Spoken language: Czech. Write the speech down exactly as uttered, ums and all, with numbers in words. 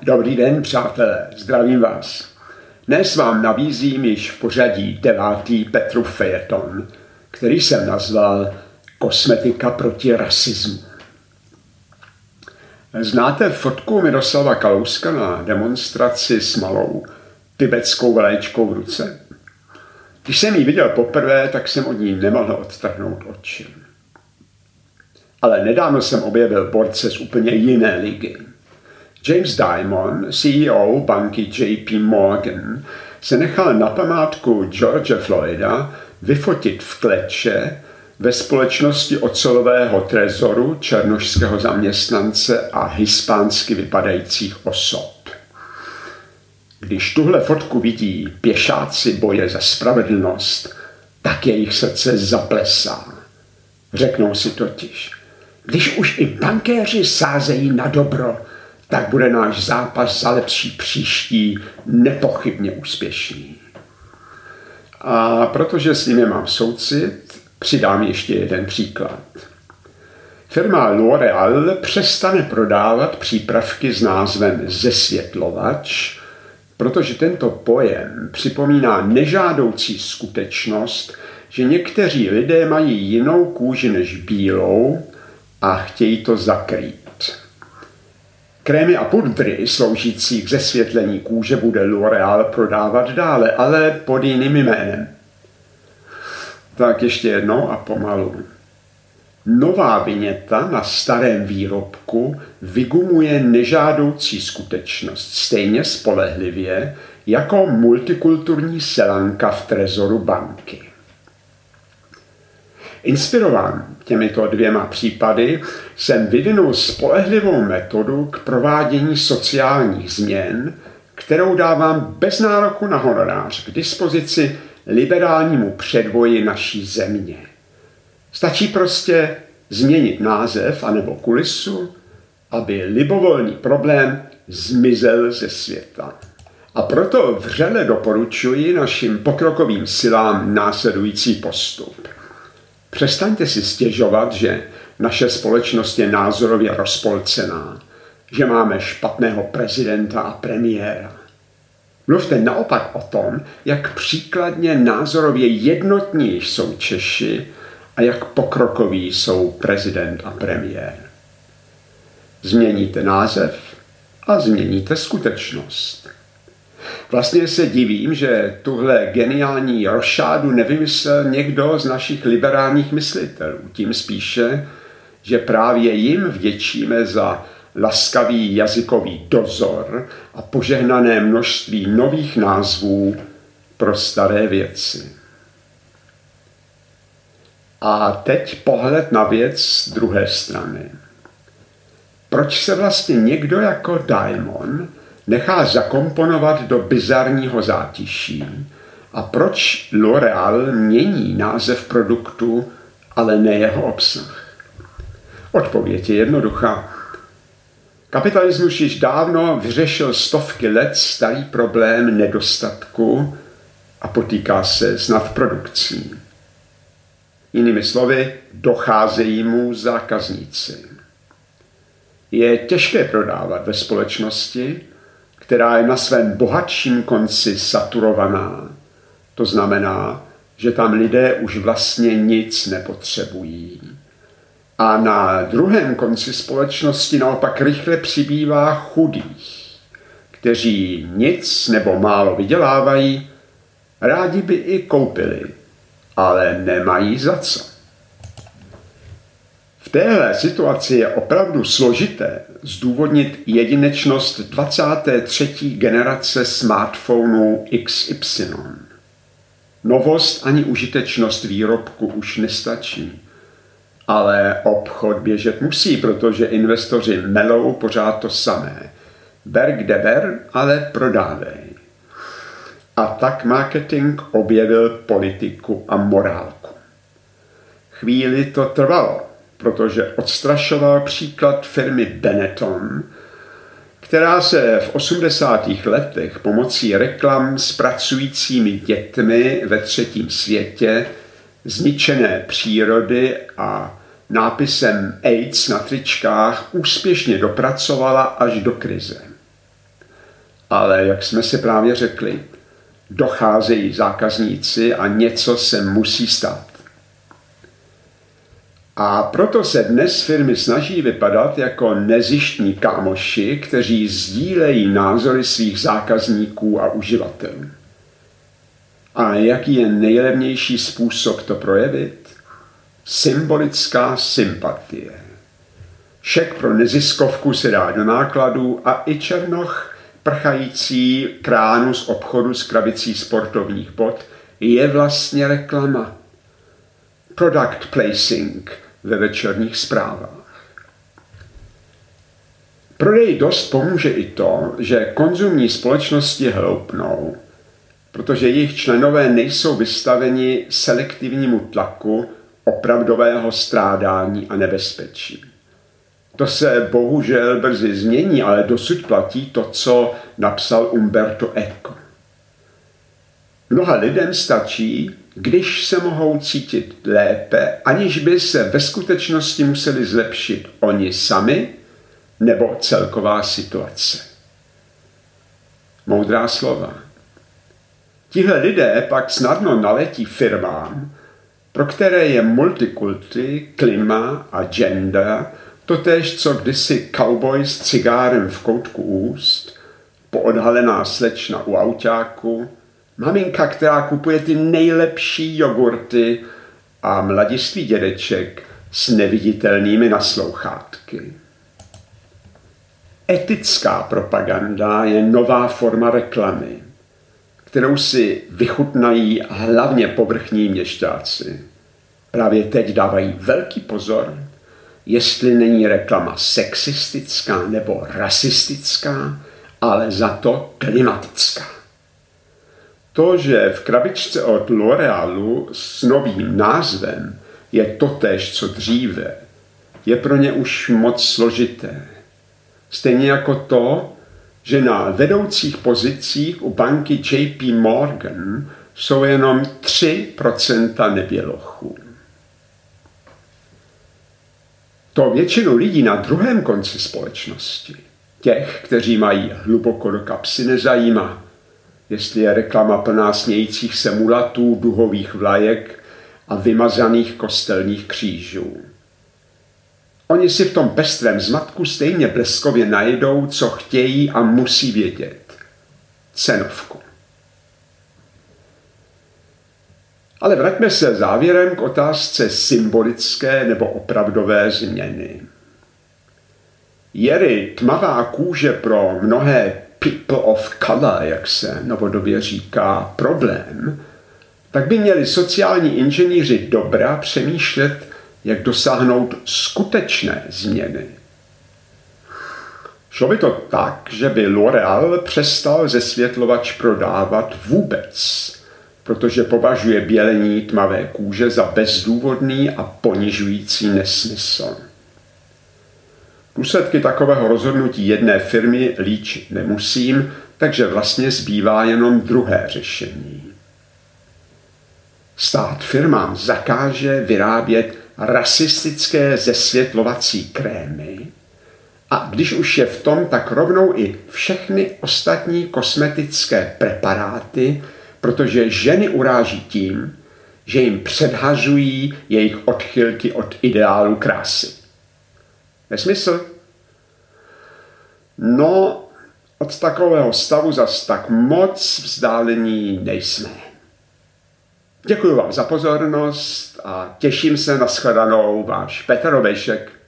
Dobrý den, přátelé, zdravím vás. Dnes vám nabízím již v pořadí devátý Petrův fejeton, který jsem nazval Kosmetika proti rasismu. Znáte fotku Miroslava Kalouska na demonstraci s malou tibetskou vlaječkou v ruce? Když jsem ji viděl poprvé, tak jsem od ní nemohl odtrhnout oči. Ale nedávno jsem objevil borce z úplně jiné ligy. James Dimon, C E O banky J P Morgan, se nechal na památku George Floyda vyfotit v kleče ve společnosti ocelového trezoru, černošského zaměstnance a hispánsky vypadajících osob. Když tuhle fotku vidí pěšáci boje za spravedlnost, tak jejich srdce zaplesá. Řeknou si totiž, když už i bankéři sázejí na dobro, tak bude náš zápas za lepší příští nepochybně úspěšný. A protože s nimi mám soucit, přidám ještě jeden příklad. Firma L'Oréal přestane prodávat přípravky s názvem zesvětlovač, protože tento pojem připomíná nežádoucí skutečnost, že někteří lidé mají jinou kůži než bílou a chtějí to zakrýt. Krémy a pudry sloužící k zesvětlení kůže bude L'Oréal prodávat dále, ale pod jiným jménem. Tak ještě jednou a pomalu. Nová viněta na starém výrobku vygumuje nežádoucí skutečnost stejně spolehlivě jako multikulturní selanka v trezoru banky. Inspirován těmito dvěma případy jsem vyvinul spolehlivou metodu k provádění sociálních změn, kterou dávám bez nároku na honorář k dispozici liberálnímu předvoji naší země. Stačí prostě změnit název anebo kulisu, aby libovolný problém zmizel ze světa. A proto vřele doporučuji našim pokrokovým silám následující postup. Přestaňte si stěžovat, že naše společnost je názorově rozpolcená, že máme špatného prezidenta a premiéra. Mluvte naopak o tom, jak příkladně názorově jednotní jsou Češi a jak pokrokoví jsou prezident a premiér. Změníte název a změníte skutečnost. Vlastně se divím, že tuhle geniální rošádu nevymyslel někdo z našich liberálních myslitelů. Tím spíše, že právě jim vděčíme za laskavý jazykový dozor a požehnané množství nových názvů pro staré věci. A teď pohled na věc z druhé strany. Proč se vlastně někdo jako Dimon nechá zakomponovat do bizarního zátiší a proč L'Oréal mění název produktu, ale ne jeho obsah? Odpověď je jednoduchá. Kapitalismus již dávno vyřešil stovky let starý problém nedostatku a potýká se s nadprodukcí. Jinými slovy, docházejí mu zákazníci. Je těžké prodávat ve společnosti, která je na svém bohatším konci saturovaná. To znamená, že tam lidé už vlastně nic nepotřebují. A na druhém konci společnosti naopak rychle přibývá chudých, kteří nic nebo málo vydělávají, rádi by i koupili, ale nemají za co. V téhle situaci je opravdu složité zdůvodnit jedinečnost dvacáté třetí generace smartphonů X Y. Novost ani užitečnost výrobku už nestačí. Ale obchod běžet musí, protože investoři melou pořád to samé. Ber kde ber, ale prodávej. A tak marketing objevil politiku a morálku. Chvíli to trvalo, protože odstrašoval příklad firmy Benetton, která se v osmdesátých letech pomocí reklam s pracujícími dětmi ve třetím světě, zničené přírody a nápisem AIDS na tričkách úspěšně dopracovala až do krize. Ale jak jsme si právě řekli, docházejí zákazníci a něco se musí stát. A proto se dnes firmy snaží vypadat jako nezištní kámoši, kteří sdílejí názory svých zákazníků a uživatelů. A jaký je nejlevnější způsob to projevit? Symbolická sympatie. Šek pro neziskovku se dá do nákladů a i černoch prchající kránu z obchodu s krabicí sportovních bot je vlastně reklama. Product placing ve večerních zprávách. Prodej dost pomůže i to, že konzumní společnosti hloupnou, protože jejich členové nejsou vystaveni selektivnímu tlaku opravdového strádání a nebezpečí. To se bohužel brzy změní, ale dosud platí to, co napsal Umberto Eco. Mnoha lidem stačí, když se mohou cítit lépe, aniž by se ve skutečnosti museli zlepšit oni sami nebo celková situace. Moudrá slova. Tihle lidé pak snadno naletí firmám, pro které je multikulty, klima a gender totéž, co kdysi cowboy s cigárem v koutku úst, poodhalená slečna u autáku, maminka, která kupuje ty nejlepší jogurty a mladistvý dědeček s neviditelnými naslouchátky. Etická propaganda je nová forma reklamy, kterou si vychutnají hlavně povrchní měšťáci. Právě teď dávají velký pozor, jestli není reklama sexistická nebo rasistická, ale za to klimatická. To, že v krabičce od L'Orealu s novým názvem je totéž, co dříve, je pro ně už moc složité. Stejně jako to, že na vedoucích pozicích u banky J P Morgan jsou jenom tři procenta nebělochů. To většinu lidí na druhém konci společnosti, těch, kteří mají hluboko do kapsy, nezajímá, jestli je reklama plná smějících se mulatů, duhových vlajek a vymazaných kostelních křížů. Oni si v tom pestrém zmatku stejně bleskově najdou, co chtějí a musí vědět. Cenovku. Ale vraťme se závěrem k otázce symbolické nebo opravdové změny. Je-li tmavá kůže pro mnohé people of color, jak se novodobě říká, problém, tak by měli sociální inženýři dobra přemýšlet, jak dosáhnout skutečné změny. Šlo by to tak, že by L'Oreal přestal zesvětlovač prodávat vůbec, protože považuje bělení tmavé kůže za bezdůvodný a ponižující nesmysl. Důsledky takového rozhodnutí jedné firmy líčit nemusím, takže vlastně zbývá jenom druhé řešení. Stát firmám zakáže vyrábět rasistické zesvětlovací krémy a když už je v tom, tak rovnou i všechny ostatní kosmetické preparáty, protože ženy uráží tím, že jim předhazují jejich odchylky od ideálu krásy. Nesmysl? No, od takového stavu zas tak moc vzdálení nejsme. Děkuji vám za pozornost a těším se na shledanou, váš Petr Obejšek.